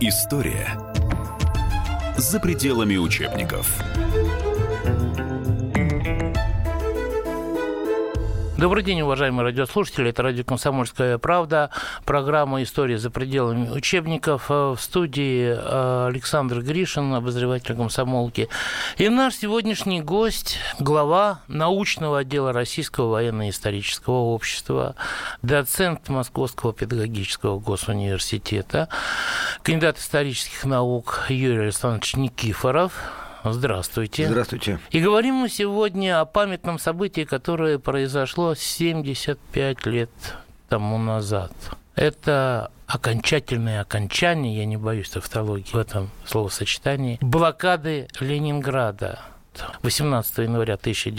История за пределами учебников. Добрый день, уважаемые радиослушатели. Это радио «Комсомольская правда», программа «История за пределами учебников». В студии Александр Гришин, обозреватель «Комсомолки». И наш сегодняшний гость, глава научного отдела Российского военно-исторического общества, доцент Московского педагогического госуниверситета, кандидат исторических наук Юрий Александрович Никифоров. Здравствуйте. Здравствуйте. И говорим мы сегодня о памятном событии, которое произошло 75 лет тому назад. Это окончательное окончание, я не боюсь тавтологии в этом словосочетании, блокады Ленинграда 18 января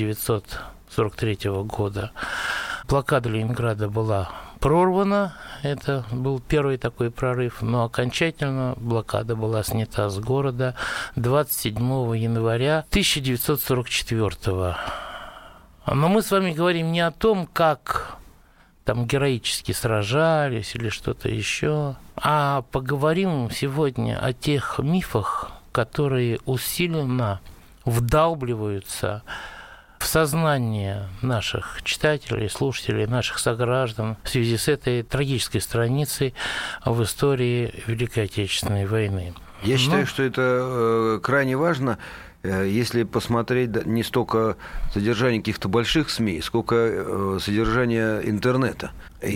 1943 года. Блокада Ленинграда была прорвана, это был первый такой прорыв, но окончательно блокада была снята с города 27 января 1944. Но мы с вами говорим не о том, как там героически сражались или что-то еще, а поговорим сегодня о тех мифах, которые усиленно вдалбливаются в сознание наших читателей, слушателей, наших сограждан в связи с этой трагической страницей в истории Великой Отечественной войны. Я считаю, что это крайне важно, если посмотреть не столько содержание каких-то больших СМИ, сколько содержание интернета.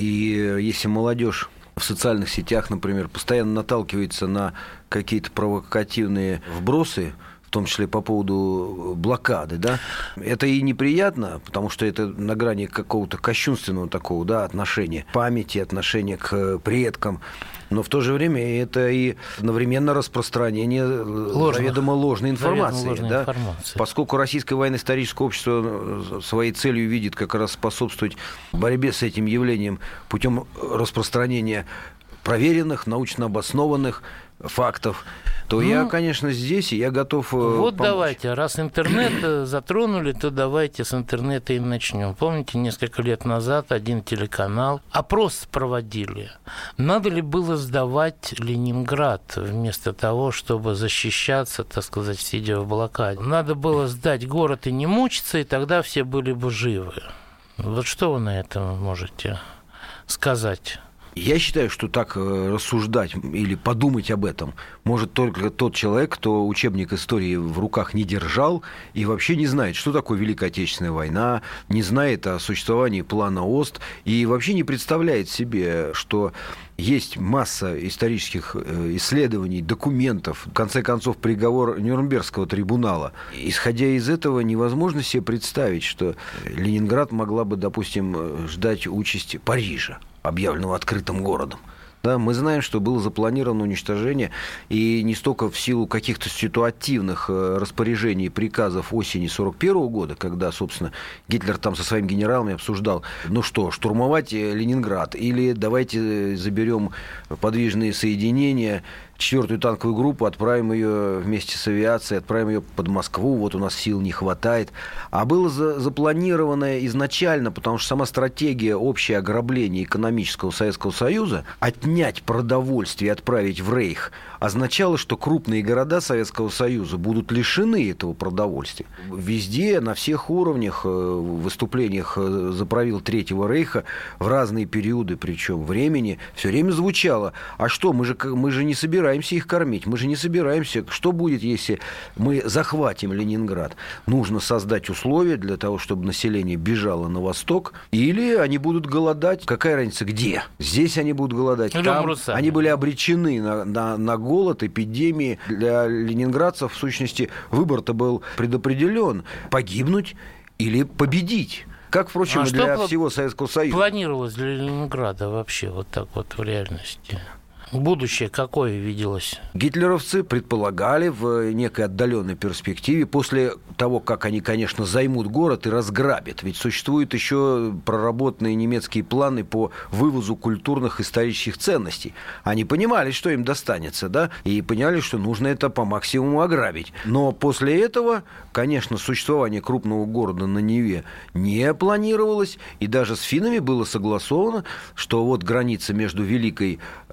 И если молодежь в социальных сетях, например, постоянно наталкивается на какие-то провокативные вбросы, в том числе по поводу блокады, да, это и неприятно, потому что это на грани какого-то кощунственного такого, да, отношения, памяти, отношения к предкам, но в то же время это и одновременно распространение заведомо ложной информации, да? Поскольку Российское военно-историческое общество своей целью видит как раз способствовать борьбе с этим явлением путем распространения проверенных, научно обоснованных фактов, то я, конечно, здесь, и я готов Вот помочь. Давайте, раз интернет затронули, то давайте с интернета и начнем. Помните, несколько лет назад один телеканал опрос проводили. Надо ли было сдавать Ленинград вместо того, чтобы защищаться, так сказать, сидя в блокаде? Надо было сдать город и не мучиться, и тогда все были бы живы. Вот что вы на это можете сказать? Я считаю, что так рассуждать или подумать об этом может только тот человек, кто учебник истории в руках не держал и вообще не знает, что такое Великая Отечественная война, не знает о существовании плана ОСТ и вообще не представляет себе, что есть масса исторических исследований, документов, в конце концов, приговор Нюрнбергского трибунала. Исходя из этого, невозможно себе представить, что Ленинград могла бы, допустим, ждать участи Парижа, объявленного открытым городом. Да, мы знаем, что было запланировано уничтожение, и не столько в силу каких-то ситуативных распоряжений и приказов осени 1941 года, когда, собственно, Гитлер там со своими генералами обсуждал, ну что, штурмовать Ленинград, или давайте заберем подвижные соединения, 4-ю танковую группу, отправим ее вместе с авиацией, отправим ее под Москву, вот у нас сил не хватает. А было запланировано изначально, потому что сама стратегия общее ограбление экономического Советского Союза, отнять продовольствие и отправить в Рейх, означало, что крупные города Советского Союза будут лишены этого продовольствия. Везде, на всех уровнях, в выступлениях за правил Третьего Рейха в разные периоды, причем времени, все время звучало: а что, мы же не собираемся их кормить, мы же не собираемся. Что будет, если мы захватим Ленинград? Нужно создать условия для того, чтобы население бежало на восток, или они будут голодать. Какая разница, где? Здесь они будут голодать. Там они были обречены на голод, эпидемии. Для ленинградцев, в сущности, выбор-то был предопределен: погибнуть или победить. Как, впрочем, и для всего Советского Союза. Планировалось для Ленинграда вообще вот так вот в реальности? Будущее какое виделось? Гитлеровцы предполагали в некой отдаленной перспективе, после того, как они, конечно, займут город и разграбят, ведь существуют еще проработанные немецкие планы по вывозу культурных исторических ценностей. Они понимали, что им достанется, да, и поняли, что нужно это по максимуму ограбить. Но после этого, конечно, существование крупного города на Неве не планировалось, и даже с финнами было согласовано, что вот граница между Великой Германией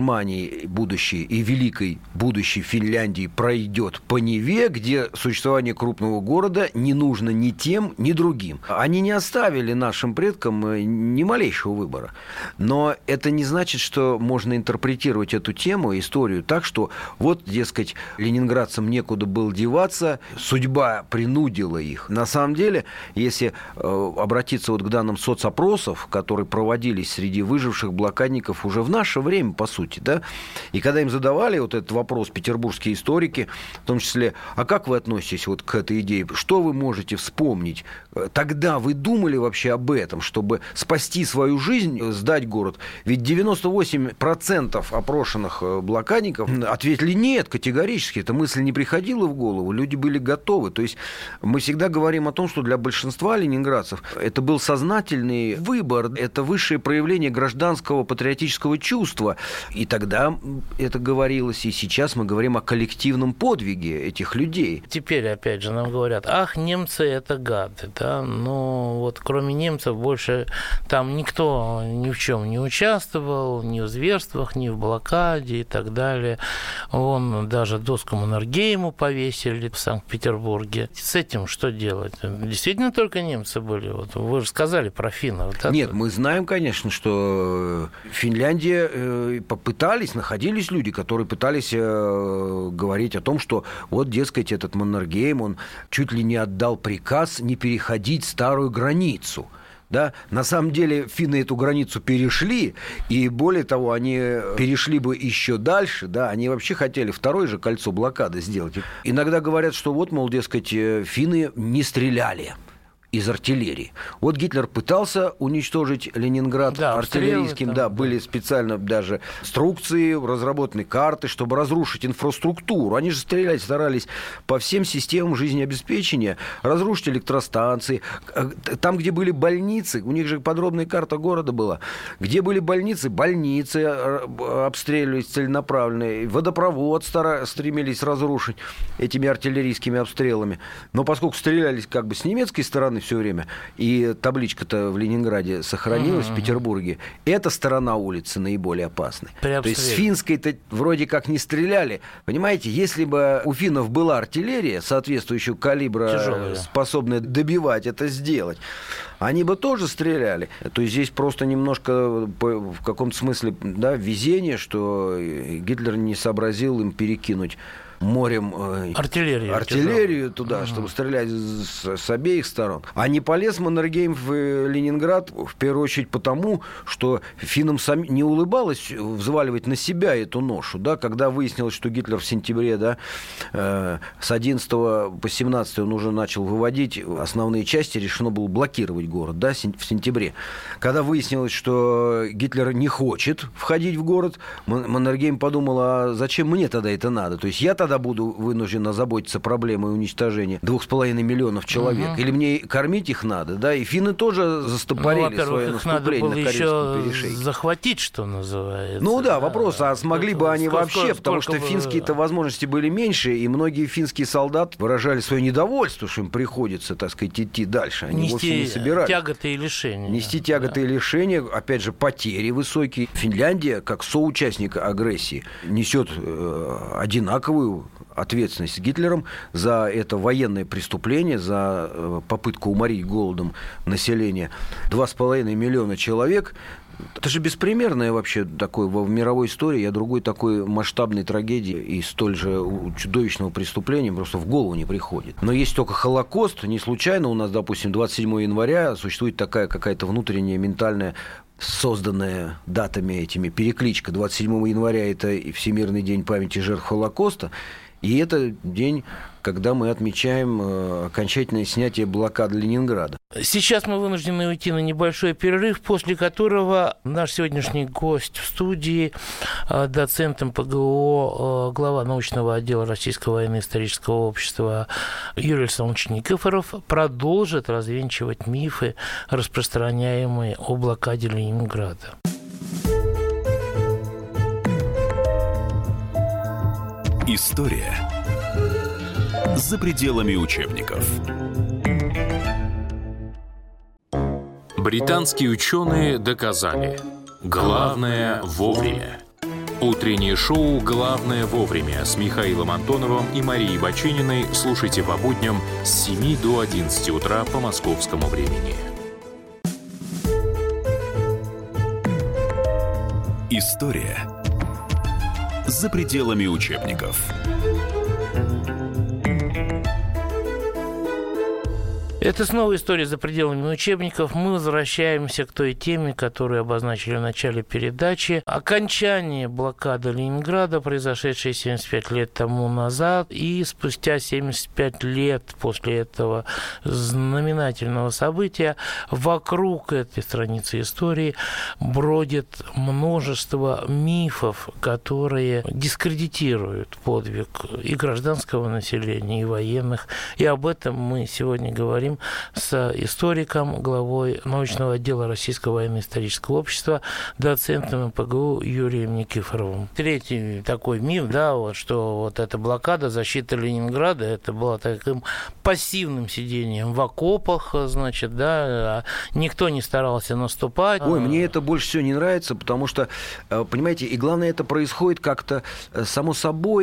Германии будущей и великой будущей Финляндии пройдет по Неве, где существование крупного города не нужно ни тем, ни другим. Они не оставили нашим предкам ни малейшего выбора. Но это не значит, что можно интерпретировать эту тему, историю так, что вот, дескать, ленинградцам некуда было деваться, судьба принудила их. На самом деле, если обратиться вот к данным соцопросов, которые проводились среди выживших блокадников уже в наше время, по сути, да, и когда им задавали вот этот вопрос петербургские историки, в том числе, а как вы относитесь вот к этой идее, что вы можете вспомнить? Тогда вы думали вообще об этом, чтобы спасти свою жизнь, сдать город? Ведь 98% опрошенных блокадников ответили нет, категорически. Эта мысль не приходила в голову, люди были готовы. То есть мы всегда говорим о том, что для большинства ленинградцев это был сознательный выбор, это высшее проявление гражданского патриотического чувства. И тогда это говорилось, и сейчас мы говорим о коллективном подвиге этих людей. Теперь, опять же, нам говорят, ах, немцы – это гады, да, ну вот кроме немцев больше там никто ни в чем не участвовал, ни в зверствах, ни в блокаде и так далее. Вон даже доску Маннергейму повесили в Санкт-Петербурге. С этим что делать? Действительно только немцы были? Вот вы же сказали про финнов. Да? Нет, мы знаем, конечно, что Финляндия попытались, находились люди, которые пытались говорить о том, что вот, дескать, этот Маннергейм, он чуть ли не отдал приказ не переходить старую границу. Да? На самом деле финны эту границу перешли, и более того, они перешли бы еще дальше, да? Они вообще хотели второе же кольцо блокады сделать. Иногда говорят, что вот, мол, дескать, финны не стреляли из артиллерии. Вот Гитлер пытался уничтожить Ленинград артиллерийским, были специально даже инструкции, разработаны карты, чтобы разрушить инфраструктуру. Они же старались по всем системам жизнеобеспечения разрушить электростанции. Там, где были больницы, у них же подробная карта города была, где были больницы обстреливались целенаправленно, водопровод стремились разрушить этими артиллерийскими обстрелами. Но поскольку стрелялись как бы с немецкой стороны все время, и табличка-то в Ленинграде сохранилась, в Петербурге, эта сторона улицы наиболее опасная. То есть с финской-то вроде как не стреляли. Понимаете, если бы у финнов была артиллерия соответствующего калибра, тяжелая, способная добивать это сделать, они бы тоже стреляли. То есть здесь просто немножко в каком-то смысле везение, что Гитлер не сообразил им перекинуть морем артиллерию туда, чтобы стрелять с обеих сторон. А не полез Маннергейм в Ленинград в первую очередь потому, что финнам не улыбалось взваливать на себя эту ношу. Да? Когда выяснилось, что Гитлер в сентябре с 11 по 17 он уже начал выводить основные части, решено было блокировать город в сентябре. Когда выяснилось, что Гитлер не хочет входить в город, Маннергейм подумал, а зачем мне тогда это надо? То есть я тогда буду вынужден озаботиться проблемой уничтожения 2,5 миллионов человек. Или мне кормить их надо, да? И финны тоже застопорили свое наступление на Карельском перешейке. Захватить, что называется. Вопрос, а смогли бы они вообще? Потому что финские-то возможности были меньше, и многие финские солдаты выражали свое недовольство, что им приходится, так сказать, идти дальше. Они вовсе не собирались. Тяготы и лишения. Нести тяготы и лишения, опять же, потери высокие. Финляндия, как соучастник агрессии, несет одинаковую ответственность с Гитлером за это военное преступление, за попытку уморить голодом население 2,5 миллиона человек. Это же беспримерное вообще такое в мировой истории. Я другой такой масштабной трагедии и столь же чудовищного преступления просто в голову не приходит. Но есть только Холокост. Не случайно у нас, допустим, 27 января существует такая какая-то внутренняя ментальная, созданная датами этими перекличка. 27 января – это Всемирный день памяти жертв Холокоста. И это день, когда мы отмечаем окончательное снятие блокады Ленинграда. Сейчас мы вынуждены уйти на небольшой перерыв, после которого наш сегодняшний гость в студии, доцент МПГО, глава научного отдела Российского военно-исторического общества Юрий Александрович Никифоров, продолжит развенчивать мифы, распространяемые о блокаде Ленинграда. История за пределами учебников. Британские ученые доказали: главное вовремя. Утреннее шоу «Главное вовремя» с Михаилом Антоновым и Марией Бачининой слушайте по будням с 7 до 11 утра по московскому времени. История за пределами учебников. Это снова история за пределами учебников. Мы возвращаемся к той теме, которую обозначили в начале передачи. Окончание блокады Ленинграда, произошедшее 75 лет тому назад, и спустя 75 лет после этого знаменательного события вокруг этой страницы истории бродит множество мифов, которые дискредитируют подвиг и гражданского населения, и военных. И об этом мы сегодня говорим с историком, главой научного отдела Российского военно-исторического общества, доцентом МПГУ Юрием Никифоровым. Третий такой миф, да, вот, что вот эта блокада, защита Ленинграда, это было таким пассивным сидением в окопах, значит, да, никто не старался наступать. Ой, мне это больше всего не нравится, потому что, понимаете, и главное, это происходит как-то само собой,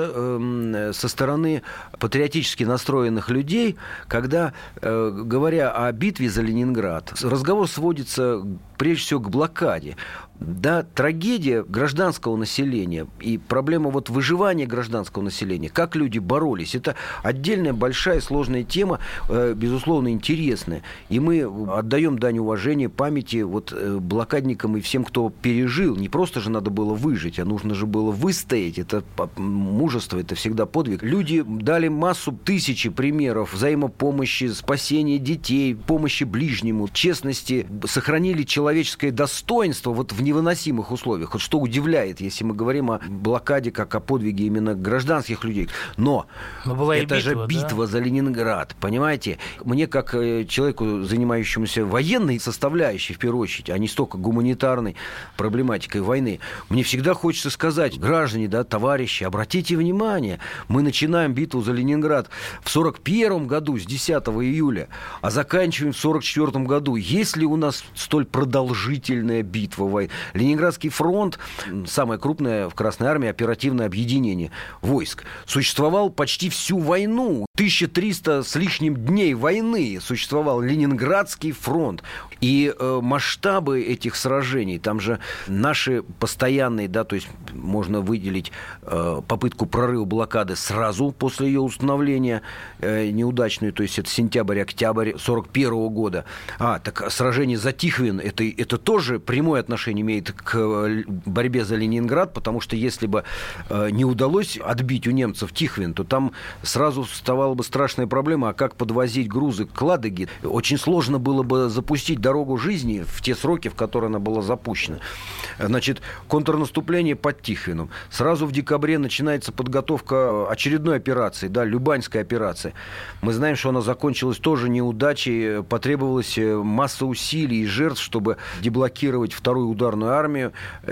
даже со стороны патриотически настроенных людей, когда, говоря о битве за Ленинград, разговор сводится прежде всего к блокаде. Да, трагедия гражданского населения и проблема вот выживания гражданского населения, как люди боролись, это отдельная большая сложная тема, безусловно, интересная. И мы отдаем дань уважения памяти вот блокадникам и всем, кто пережил. Не просто же надо было выжить, а нужно же было выстоять. Это мужество, это всегда подвиг. Люди дали массу, тысячи примеров взаимопомощи, спасения детей, помощи ближнему, честности, сохранили человеческое достоинство вот в невыносимых условиях. Вот что удивляет, если мы говорим о блокаде как о подвиге именно гражданских людей. Но это же битва за Ленинград, понимаете? Мне, как человеку, занимающемуся военной составляющей, в первую очередь, а не столько гуманитарной проблематикой войны, мне всегда хочется сказать, граждане, да, товарищи, обратите внимание, мы начинаем битву за Ленинград в 1941 году, с 10 июля, а заканчиваем в 1944 году. Есть ли у нас столь продолжительная битва войны? Ленинградский фронт, самое крупное в Красной армии оперативное объединение войск, существовал почти всю войну. 1300 с лишним дней войны существовал Ленинградский фронт. И масштабы этих сражений, там же наши постоянные, да, то есть можно выделить попытку прорыва блокады сразу после ее установления, неудачную, то есть это сентябрь-октябрь 1941 года. Так сражение за Тихвин, это тоже прямое отношение имеет к борьбе за Ленинград, потому что если бы не удалось отбить у немцев Тихвин, то там сразу вставала бы страшная проблема, а как подвозить грузы к Ладоге. Очень сложно было бы запустить дорогу жизни в те сроки, в которые она была запущена. Значит, контрнаступление под Тихвином. Сразу в декабре начинается подготовка очередной операции, да, Любанская операция. Мы знаем, что она закончилась тоже неудачей, потребовалась масса усилий и жертв, чтобы деблокировать вторую ударную армию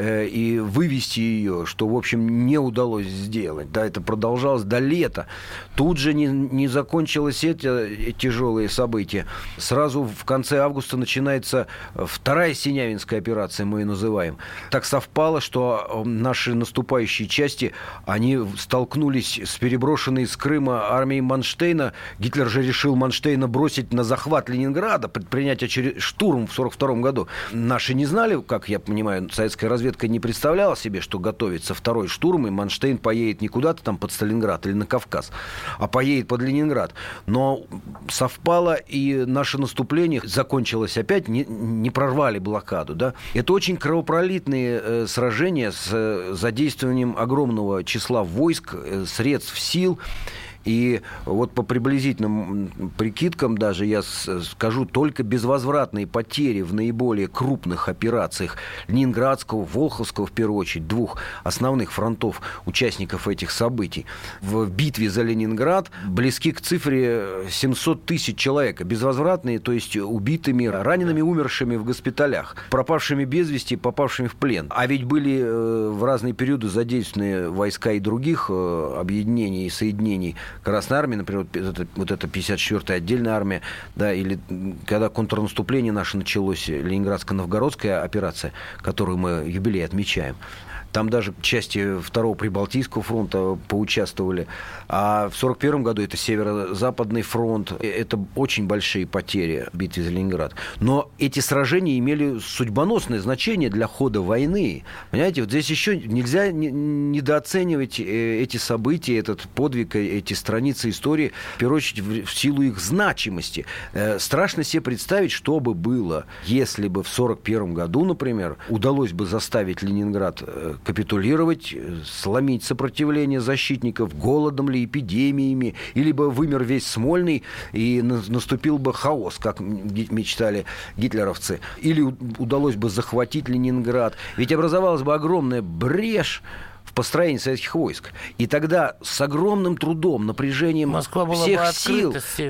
и вывести ее, что, в общем, не удалось сделать. Да, это продолжалось до лета. Тут же не закончилось эти тяжелые события. Сразу в конце августа начинается вторая Синявинская операция, мы ее называем. Так совпало, что наши наступающие части, они столкнулись с переброшенной из Крыма армией Манштейна. Гитлер же решил Манштейна бросить на захват Ленинграда, предпринять штурм в 1942 году. Наши не знали, как я понимаю, советская разведка не представляла себе, что готовится второй штурм, и Манштейн поедет не куда-то там под Сталинград или на Кавказ, а поедет под Ленинград. Но совпало, и наше наступление закончилось опять, не прорвали блокаду. Да? Это очень кровопролитные сражения с задействованием огромного числа войск, средств, сил. И вот по приблизительным прикидкам даже я скажу, только безвозвратные потери в наиболее крупных операциях Ленинградского, Волховского, в первую очередь, двух основных фронтов участников этих событий, в битве за Ленинград близки к цифре 700 тысяч человек. Безвозвратные, то есть убитыми, ранеными, умершими в госпиталях, пропавшими без вести, попавшими в плен. А ведь были в разные периоды задействованы войска и других объединений и соединений Красной армии, например, вот эта 54-я отдельная армия, да, или когда контрнаступление наше началось, Ленинградско-Новгородская операция, которую мы юбилей отмечаем. Там даже части Второго Прибалтийского фронта поучаствовали. А в 1941 году это Северо-Западный фронт. Это очень большие потери в битве за Ленинград. Но эти сражения имели судьбоносное значение для хода войны. Понимаете, вот здесь еще нельзя недооценивать эти события, этот подвиг, эти страницы истории, в первую очередь, в силу их значимости. Страшно себе представить, что бы было, если бы в 1941 году, например, удалось бы заставить Ленинград капитулировать, сломить сопротивление защитников голодом ли, эпидемиями, или бы вымер весь Смольный и наступил бы хаос, как мечтали гитлеровцы, или удалось бы захватить Ленинград. Ведь образовалась бы огромная брешь в построении советских войск. И тогда с огромным трудом, напряжением всех сил,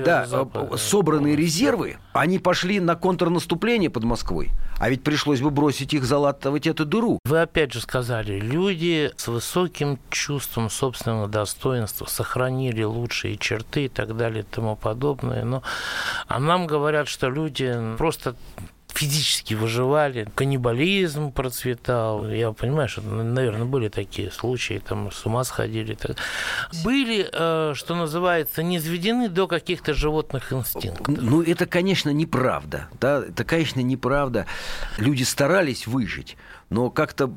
собранные резервы, они пошли на контрнаступление под Москвой. А ведь пришлось бы бросить их, залатывать эту дыру. Вы опять же сказали, люди с высоким чувством собственного достоинства сохранили лучшие черты и так далее и тому подобное. А нам говорят, что люди просто физически выживали, каннибализм процветал. Я понимаю, что, наверное, были такие случаи, там с ума сходили. Были, что называется, низведены до каких-то животных инстинктов. Ну, это, конечно, неправда. Да? Это, конечно, неправда. Люди старались выжить, но как-то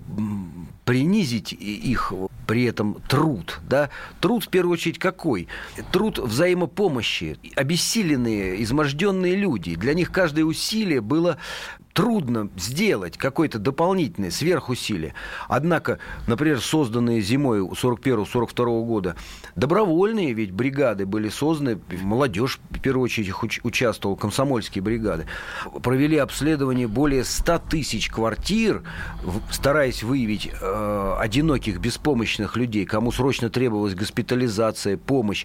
принизить их при этом труд. Да? Труд, в первую очередь, какой? Труд взаимопомощи. Обессиленные, изможденные люди. Для них каждое усилие было трудно сделать, какое-то дополнительное сверхусилие. Однако, например, созданные зимой 1941-1942 года добровольные ведь бригады были созданы, молодежь, в первую очередь, участвовала, комсомольские бригады, провели обследование более 100 тысяч квартир, стараясь выявить одиноких, беспомощных людей, кому срочно требовалась госпитализация, помощь,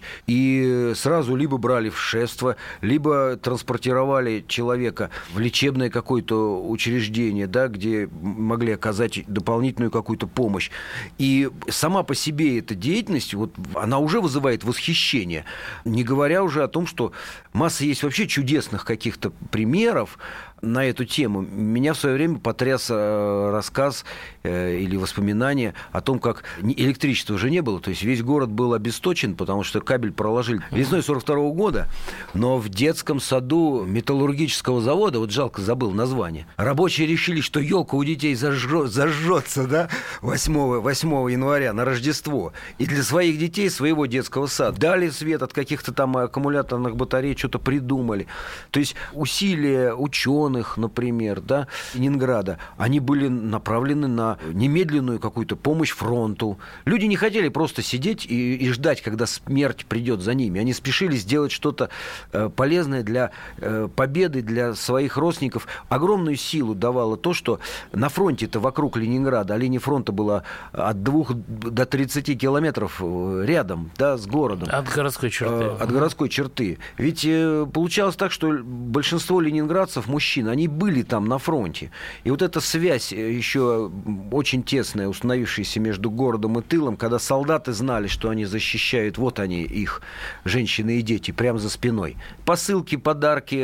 и сразу либо брали в шефство, либо транспортировали человека в лечебное какое-то учреждение, да, где могли оказать дополнительную какую-то помощь. И сама по себе эта деятельность, вот, она уже вызывает восхищение. Не говоря уже о том, что масса есть вообще чудесных каких-то примеров на эту тему. Меня в свое время потряс рассказ или воспоминание о том, как электричества уже не было. То есть весь город был обесточен, потому что кабель проложили весной 1942 года. Но в детском саду металлургического завода, вот жалко, забыл название, рабочие решили, что елка у детей зажжется, да, 8 января на Рождество. И для своих детей, своего детского сада дали свет от каких-то там аккумуляторных батарей, что-то придумали. То есть усилия ученых, например, да, Ленинграда, они были направлены на немедленную какую-то помощь фронту. Люди не хотели просто сидеть и ждать, когда смерть придет за ними. Они спешили сделать что-то полезное для победы, для своих родственников. Огромную силу давало то, что на фронте-то вокруг Ленинграда, а линия фронта была от 2 до 30 километров рядом, да, с городом. От городской черты. От городской черты. Ведь получалось так, что большинство ленинградцев, мужчин, они были там на фронте. И вот эта связь еще очень тесная, установившаяся между городом и тылом, когда солдаты знали, что они защищают, вот они, их женщины и дети, прямо за спиной. Посылки, подарки.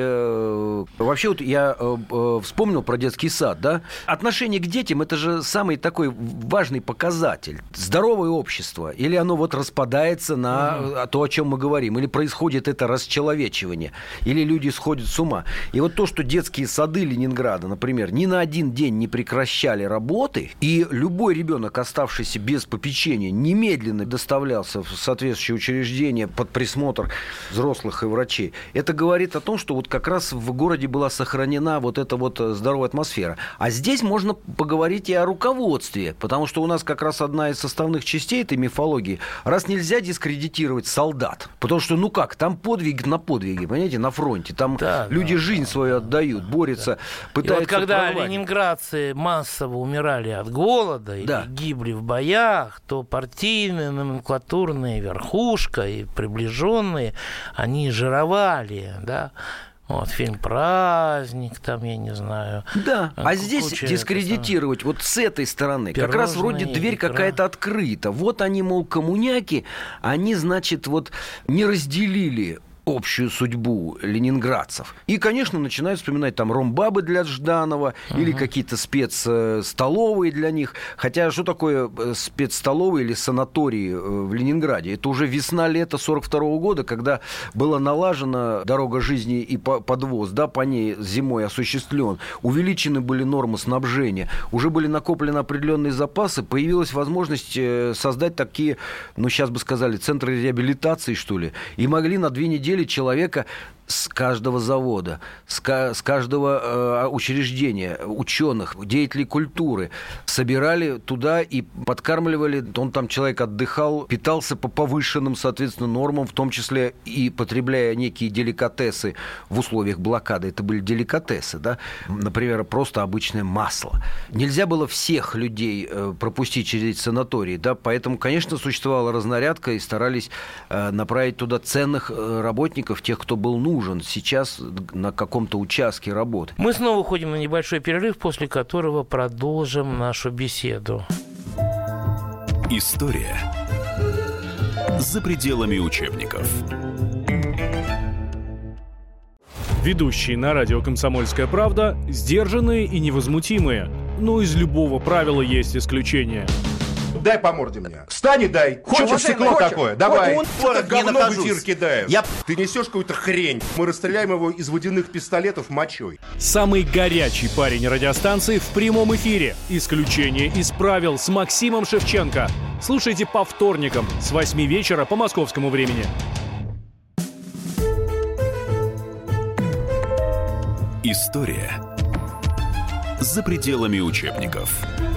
Вообще вот я вспомнил про детский сад, да? Отношение к детям – это же самый такой важный показатель. Здоровое общество. Или оно вот распадается на то, о чем мы говорим. Или происходит это расчеловечивание. Или люди сходят с ума. И вот то, что детские сады Ленинграда, например, ни на один день не прекращали работы, и любой ребенок, оставшийся без попечения, немедленно доставлялся в соответствующее учреждение под присмотр взрослых и врачей. Это говорит о том, что вот как раз в городе была сохранена вот эта вот здоровая атмосфера. А здесь можно поговорить и о руководстве, потому что у нас как раз одна из составных частей этой мифологии. Раз нельзя дискредитировать солдат, потому что, ну как, там подвиг на подвиге, понимаете, на фронте. Там люди жизнь свою отдают, борются, пытаются. И вот когда прорвать. Ленинградцы массово умирали от голода или гибли в боях, то партийные, номенклатурные верхушка и приближенные, они жировали, да. Вот, фильм «Праздник», там, я не знаю. Да, а здесь дискредитировать вот с этой стороны. Как раз вроде дверь какая-то открыта. Вот они, мол, коммуняки, они, значит, вот не разделили общую судьбу ленинградцев. И, конечно, начинают вспоминать там ромбабы для Жданова или какие-то спецстоловые для них. Хотя что такое спецстоловые или санатории в Ленинграде? Это уже весна-лето 1942 года, когда была налажена дорога жизни и подвоз, да, по ней зимой осуществлен. Увеличены были нормы снабжения, уже были накоплены определенные запасы, появилась возможность создать такие, сейчас бы сказали, центры реабилитации, что ли, и могли на 2 недели человека с каждого завода, с каждого учреждения, ученых, деятелей культуры собирали туда и подкармливали. Он там, человек, отдыхал, питался по повышенным, соответственно, нормам, в том числе и потребляя некие деликатесы в условиях блокады. Это были деликатесы, да? Например, просто обычное масло. Нельзя было всех людей пропустить через эти санатории, да? Поэтому, конечно, существовала разнарядка и старались направить туда ценных работников, тех, кто был нужен сейчас на каком-то участке работы. Мы снова уходим на небольшой перерыв, после которого продолжим нашу беседу. История за пределами учебников. Ведущие на радио «Комсомольская правда» сдержанные и невозмутимые. Но из любого правила есть исключение. Дай по морде мне. Встань и дай. Хочешь стекло такое? Давай. Это говно в эфир кидаешь. Ты несешь какую-то хрень. Мы расстреляем его из водяных пистолетов мочой. Самый горячий парень радиостанции в прямом эфире. Исключение из правил с Максимом Шевченко. Слушайте по вторникам с 8 вечера по московскому времени. История за пределами учебников.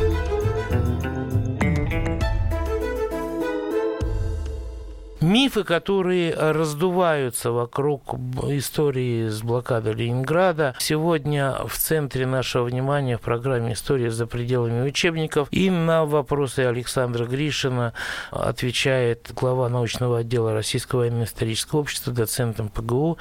Мифы, которые раздуваются вокруг истории с блокадой Ленинграда, сегодня в центре нашего внимания в программе «История за пределами учебников». И на вопросы Александра Гришина отвечает глава научного отдела Российского военно-исторического общества, доцент МПГУ,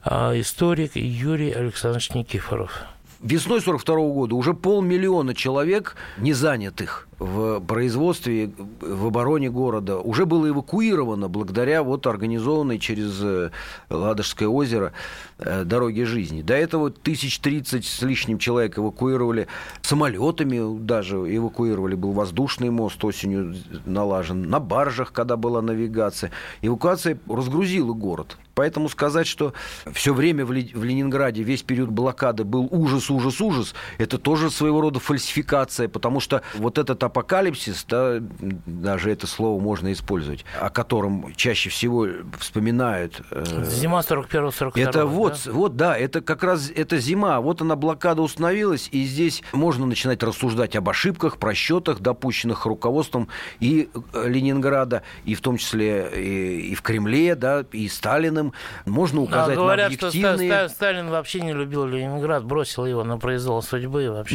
историк Юрий Александрович Никифоров. Весной 1942 года уже 500 000 человек, не занятых в производстве, в обороне города, уже было эвакуировано благодаря организованной через Ладожское озеро дороге жизни. До этого 1030 с лишним человек эвакуировали самолетами, даже эвакуировали. Был воздушный мост осенью налажен, на баржах, когда была навигация. Эвакуация разгрузила город. Поэтому сказать, что все время в Ленинграде, весь период блокады был ужас, это тоже своего рода фальсификация, потому что вот этот апокалипсис, да, даже это слово можно использовать, о котором чаще всего вспоминают. Зима 41-42. Это это как раз эта зима. Вот она, блокада установилась, и здесь можно начинать рассуждать об ошибках, просчетах, допущенных руководством и Ленинграда, и в том числе и в Кремле, да, и Сталиным. Можно указать говорят, на объективные... что Сталин вообще не любил Ленинград, бросил его на произвол судьбы. Вообще,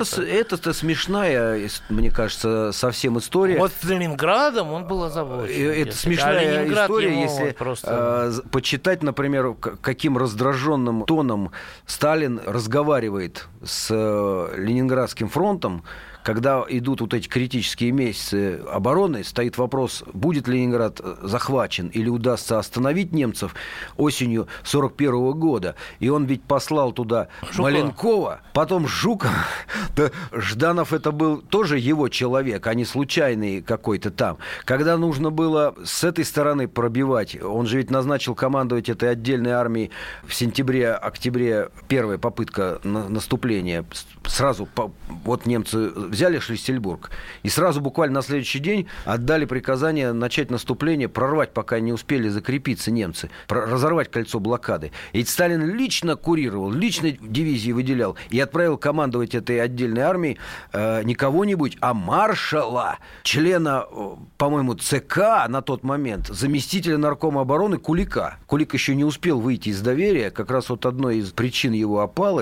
это смешная, мне кажется, совсем история. Вот с Ленинградом он был озабочен. Это смешная история, если просто... почитать, например, каким раздраженным тоном Сталин разговаривает с Ленинградским фронтом, когда идут вот эти критические месяцы обороны, стоит вопрос, будет Ленинград захвачен или удастся остановить немцев осенью 1941 года. И он ведь послал туда Маленкова, потом Жукова. Да, Жданов это был тоже его человек, а не случайный какой-то там. Когда нужно было с этой стороны пробивать, он же ведь назначил командовать этой отдельной армией в сентябре-октябре, первая попытка наступления. Сразу вот немцы взяли Шлиссельбург и сразу буквально на следующий день отдали приказание начать наступление, прорвать, пока не успели закрепиться немцы, разорвать кольцо блокады. И Сталин лично курировал, лично дивизии выделял и отправил командовать этой отдельной армией не кого-нибудь, а маршала, члена, по-моему, ЦК на тот момент, заместителя наркома обороны Кулика. Кулик еще не успел выйти из доверия, как раз вот одной из причин его опалы в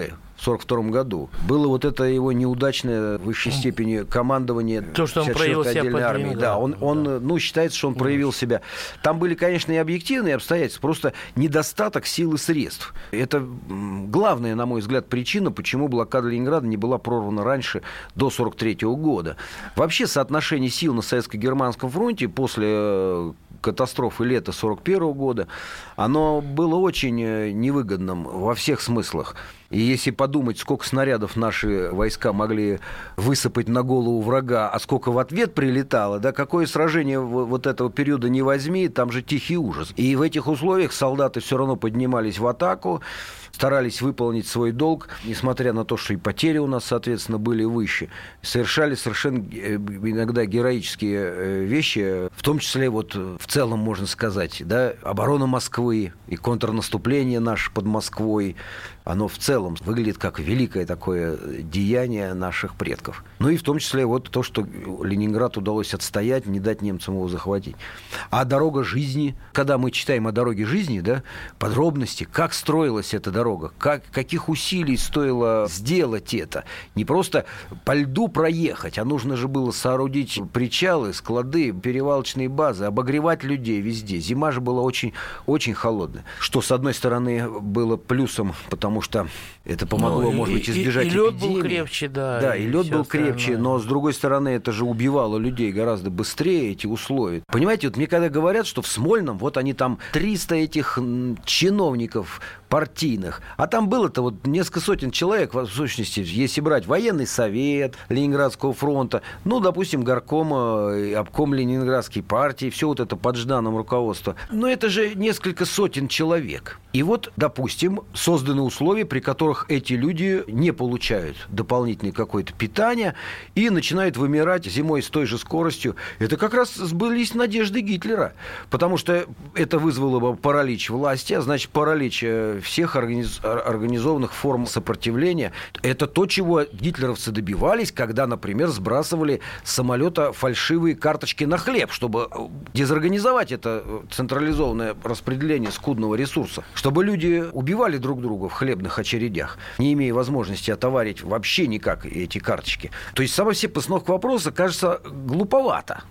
в 1942 году. Было вот это его неудачное в высшей степени командование. То, что он проявил себя под армии. Да, он считается, что он проявил себя. Там были, конечно, и объективные обстоятельства, просто недостаток сил и средств. Это главная, на мой взгляд, причина, почему блокада Ленинграда не была прорвана раньше, до 1943 года. Вообще соотношение сил на Советско-Германском фронте после катастрофы лета 1941 года, оно было очень невыгодным во всех смыслах. И если подумать, сколько снарядов наши войска могли высыпать на голову врага, а сколько в ответ прилетало, да, какое сражение вот этого периода не возьми, там же тихий ужас. И в этих условиях солдаты все равно поднимались в атаку, старались выполнить свой долг, несмотря на то, что и потери у нас, соответственно, были выше. Совершали совершенно иногда героические вещи, в том числе вот в целом, можно сказать, да, оборона Москвы и контрнаступление наше под Москвой, оно в целом выглядит как великое такое деяние наших предков. Ну и в том числе вот то, что Ленинград удалось отстоять, не дать немцам его захватить. А дорога жизни, когда мы читаем о дороге жизни, да, подробности, как строилась эта дорога, каких усилий стоило сделать это. Не просто по льду проехать, а нужно же было соорудить причалы, склады, перевалочные базы, обогревать людей везде. Зима же была очень, очень холодная. Что, с одной стороны, было плюсом, потому что это помогло, может быть, избежать эпидемии. И лед был крепче, да. Да, и лед был крепче, но, с другой стороны, это же убивало людей гораздо быстрее, эти условия. Понимаете, вот мне когда говорят, что в Смольном, вот они там 300 этих чиновников партийных, а там было-то вот несколько сотен человек, в сущности, если брать военный совет Ленинградского фронта, ну, допустим, горком, обком Ленинградской партии, все вот это под Ждановым руководство. Но это же несколько сотен человек. И вот, допустим, созданы условия, при которых эти люди не получают дополнительное какое-то питание и начинают вымирать зимой с той же скоростью. Это как раз сбылись надежды Гитлера, потому что это вызвало бы паралич власти, а значит, паралич всех организованных форм сопротивления. Это то, чего гитлеровцы добивались, когда, например, сбрасывали с самолета фальшивые карточки на хлеб, чтобы дезорганизовать это централизованное распределение скудного ресурса, чтобы люди убивали друг друга в хлебных очередях, не имея возможности отоварить вообще никак эти карточки. То есть, самая все постановка вопроса кажется глуповато.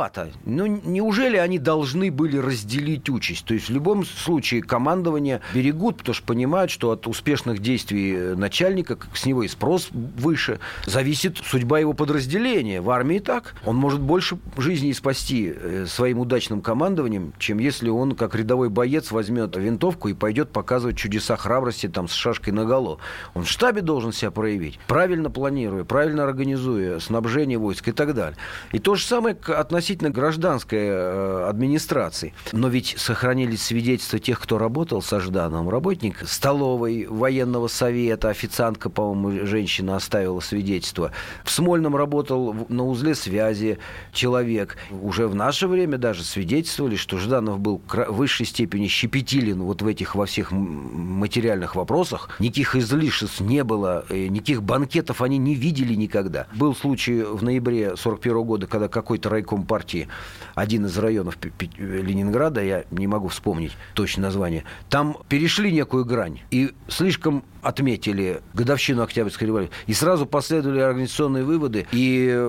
Ну, неужели они должны были разделить участь? То есть, в любом случае, командование берегут, потому что понимают, что от успешных действий начальника, с него и спрос выше, зависит судьба его подразделения. В армии так. Он может больше жизней спасти своим удачным командованием, чем если он, как рядовой боец, возьмет винтовку и пойдет показывать чудеса храбрости там, с шашкой наголо. Он в штабе должен себя проявить, правильно планируя, правильно организуя снабжение войск и так далее. И то же самое относительно гражданской администрации. Но ведь сохранились свидетельства тех, кто работал со Ждановым. Работник столовой, военного совета, официантка, по-моему, женщина оставила свидетельство. В Смольном работал на узле связи человек. Уже в наше время даже свидетельствовали, что Жданов был в высшей степени щепетилен вот в этих во всех материальных вопросах. Никаких излишеств не было, никаких банкетов они не видели никогда. Был случай в ноябре 1941 года, когда какой-то райком партии, один из районов Ленинграда, я не могу вспомнить точное название, там перешли некую грань и слишком отметили годовщину Октябрьской революции. И сразу последовали организационные выводы, и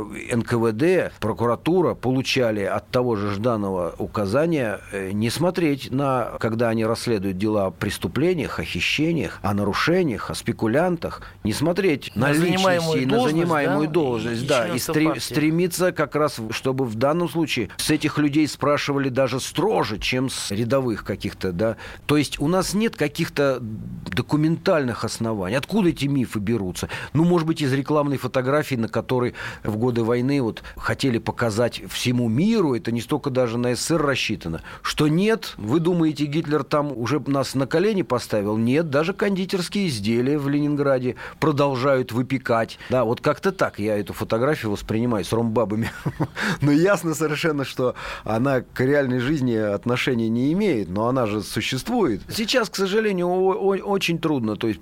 НКВД, прокуратура получали от того же Жданова указания не смотреть на, когда они расследуют дела о преступлениях, о хищениях, о нарушениях, о спекулянтах, не смотреть на личности и на занимаемую должность, да, и стремиться как раз, чтобы в данном случае с этих людей спрашивали даже строже, чем с рядовых каких-то, да. То есть у нас нет каких-то документальных оснований. Откуда эти мифы берутся? Ну, может быть, из рекламной фотографии, на которой в годы войны вот хотели показать всему миру, это не столько даже на СССР рассчитано, что нет, вы думаете, Гитлер там уже нас на колени поставил? Нет, даже кондитерские изделия в Ленинграде продолжают выпекать. Да, вот как-то так я эту фотографию воспринимаю с ромбабами. Но ясно совершенно, что она к реальной жизни отношения не имеет, но она же существует. Сейчас, к сожалению, очень трудно, то есть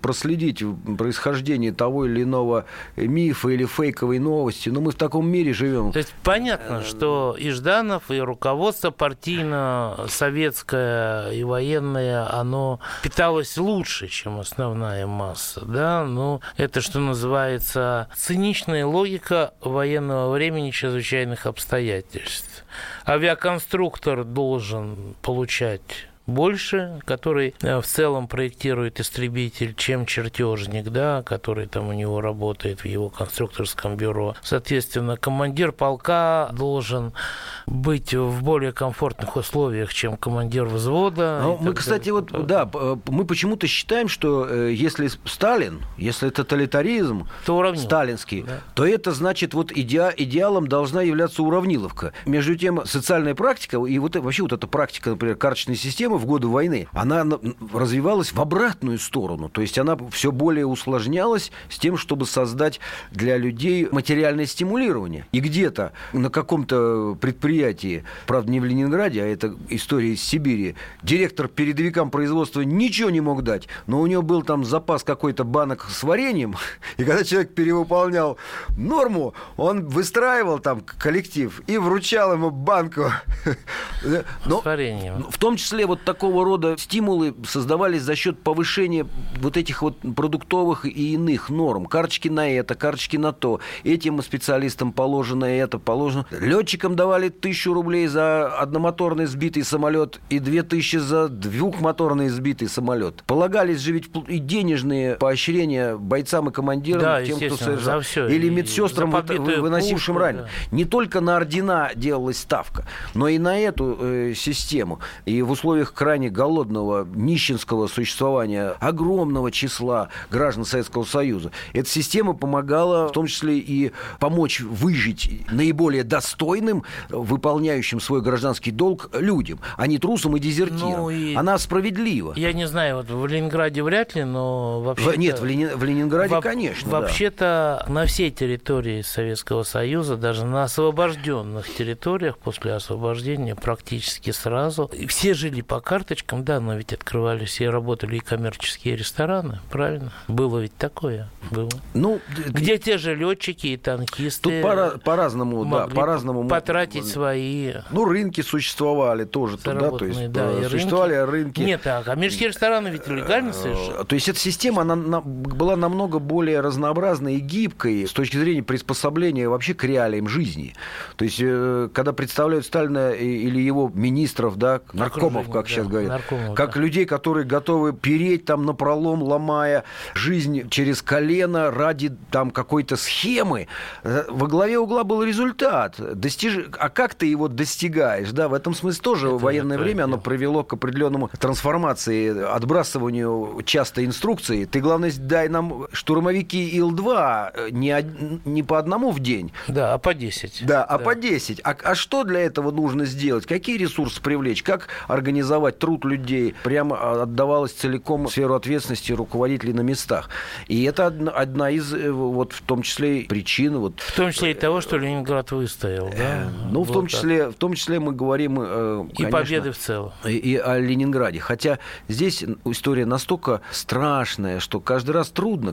проследить происхождение того или иного мифа или фейковой новости. Но мы в таком мире живем. То есть понятно, что и Жданов, и руководство партийно-советское и военное, оно питалось лучше, чем основная масса. Да? Ну, это, что называется, циничная логика военного времени чрезвычайных обстоятельств. Авиаконструктор должен получать больше, который в целом проектирует истребитель, чем чертежник, да, который там у него работает в его конструкторском бюро. Соответственно, командир полка должен быть в более комфортных условиях, чем командир взвода. Но мы, кстати, мы почему-то считаем, что если Сталин, если тоталитаризм сталинский, да, то это значит, вот идеалом должна являться уравниловка. Между тем, социальная практика и вообще эта практика, например, карточной системы в годы войны, она развивалась в обратную сторону. То есть она все более усложнялась с тем, чтобы создать для людей материальное стимулирование. И где-то на каком-то предприятии, правда, не в Ленинграде, а это история из Сибири, директор передовикам производства ничего не мог дать, но у него был там запас какой-то банок с вареньем, и когда человек перевыполнял норму, он выстраивал там коллектив и вручал ему банку. С вареньем. В том числе вот такого рода стимулы создавались за счет повышения вот этих вот продуктовых и иных норм. Карточки на это, карточки на то. Этим специалистам положено это, положено. Летчикам давали 1000 рублей за одномоторный сбитый самолет и 2000 за двухмоторный сбитый самолет. Полагались же ведь и денежные поощрения бойцам и командирам, да, тем, кто совершал. Или медсестрам, выносившим раненых. Да. Не только на ордена делалась ставка, но и на эту систему. И в условиях крайне голодного, нищенского существования огромного числа граждан Советского Союза эта система помогала в том числе и помочь выжить наиболее достойным, выполняющим свой гражданский долг людям, а не трусам и дезертирам. Она справедлива. Я не знаю, вот в Ленинграде вряд ли, но вообще... Нет, в Ленинграде, конечно. Вообще-то на всей территории Советского Союза, даже на освобожденных территориях после освобождения практически сразу, все жили по карточкам, да, но ведь открывались и работали и коммерческие рестораны, правильно? Было ведь такое. Было. Ну, где те же летчики и танкисты по-разному, да, по-разному потратить свои... Ну, рынки существовали тоже, да, то есть существовали рынки. Нет, а коммерческие рестораны ведь легально совершенно. То есть эта система, она была намного более разнообразной и гибкой с точки зрения приспособления вообще к реалиям жизни. То есть, когда представляют Сталина или его министров, да, наркомов, как сейчас говорят, как людей, которые готовы переть там напролом, ломая жизнь через колено ради там какой-то схемы, во главе угла был результат. А как ты его достигаешь? Да, в этом смысле тоже это военное время оно привело к определенному трансформации, отбрасыванию часто инструкций. Ты, главное, дай нам штурмовики Ил-2 не по одному в день. Да, а по 10. Да, по 10. А что для этого нужно сделать? Какие ресурсы привлечь? Как организовать труд людей? Прямо отдавалось целиком в сферу ответственности руководителей на местах. И это одна из, вот, в том числе, причин. Вот, в том числе и того, что Ленинград выстоял, да? Ну, в том числе мы говорим, конечно, и победы в целом. И о Ленинграде. Хотя здесь история настолько страшная, что каждый раз трудно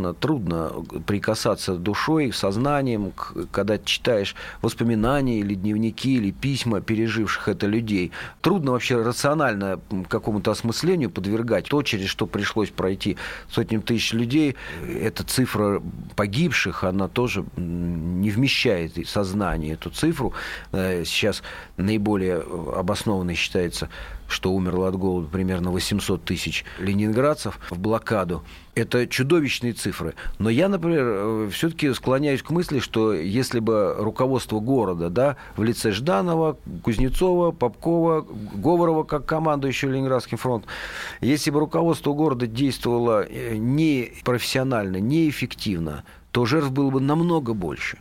прикасаться душой, сознанием, когда читаешь воспоминания или дневники, или письма переживших это людей. Трудно вообще рационально какому-то осмыслению подвергать то, через что пришлось пройти сотням тысяч людей. Эта цифра погибших, она тоже не вмещает в сознание эту цифру. Сейчас наиболее обоснованной считается, что умерло от голода примерно 800 тысяч ленинградцев в блокаду. Это чудовищные цифры. Но я, например, все-таки склоняюсь к мысли, что если бы руководство города, да, в лице Жданова, Кузнецова, Попкова, Говорова, как командующего Ленинградским фронтом, если бы руководство города действовало не профессионально, неэффективно, то жертв было бы намного больше.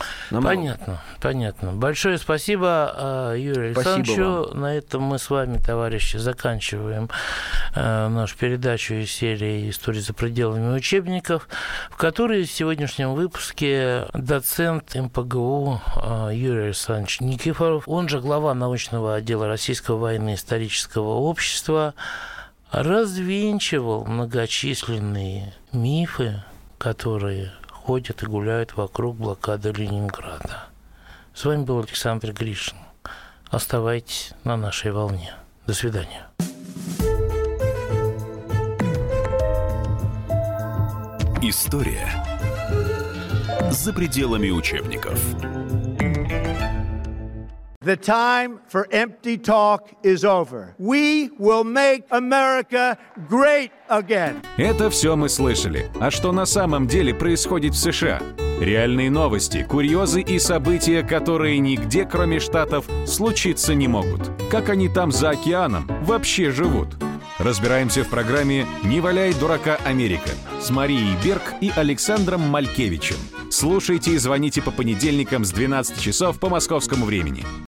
Понятно. Большое спасибо, Юрию Александровичу. На этом мы с вами, товарищи, заканчиваем нашу передачу из серии «История за пределами учебников», в которой в сегодняшнем выпуске доцент МПГУ Юрий Александрович Никифоров, он же глава научного отдела Российского военно-исторического общества, развенчивал многочисленные мифы, которые ходят и гуляют вокруг блокады Ленинграда. С вами был Александр Гришин. Оставайтесь на нашей волне. До свидания. История за пределами учебников. The time for empty talk is over. We will make America great again. Это все мы слышали. А что на самом деле происходит в США? Реальные новости, курьезы и события, которые нигде, кроме Штатов, случиться не могут. Как они там за океаном вообще живут? Разбираемся в программе «Не валяй дурака, Америка» с Марией Берг и Александром Малькевичем. Слушайте и звоните по понедельникам с 12 часов по московскому времени.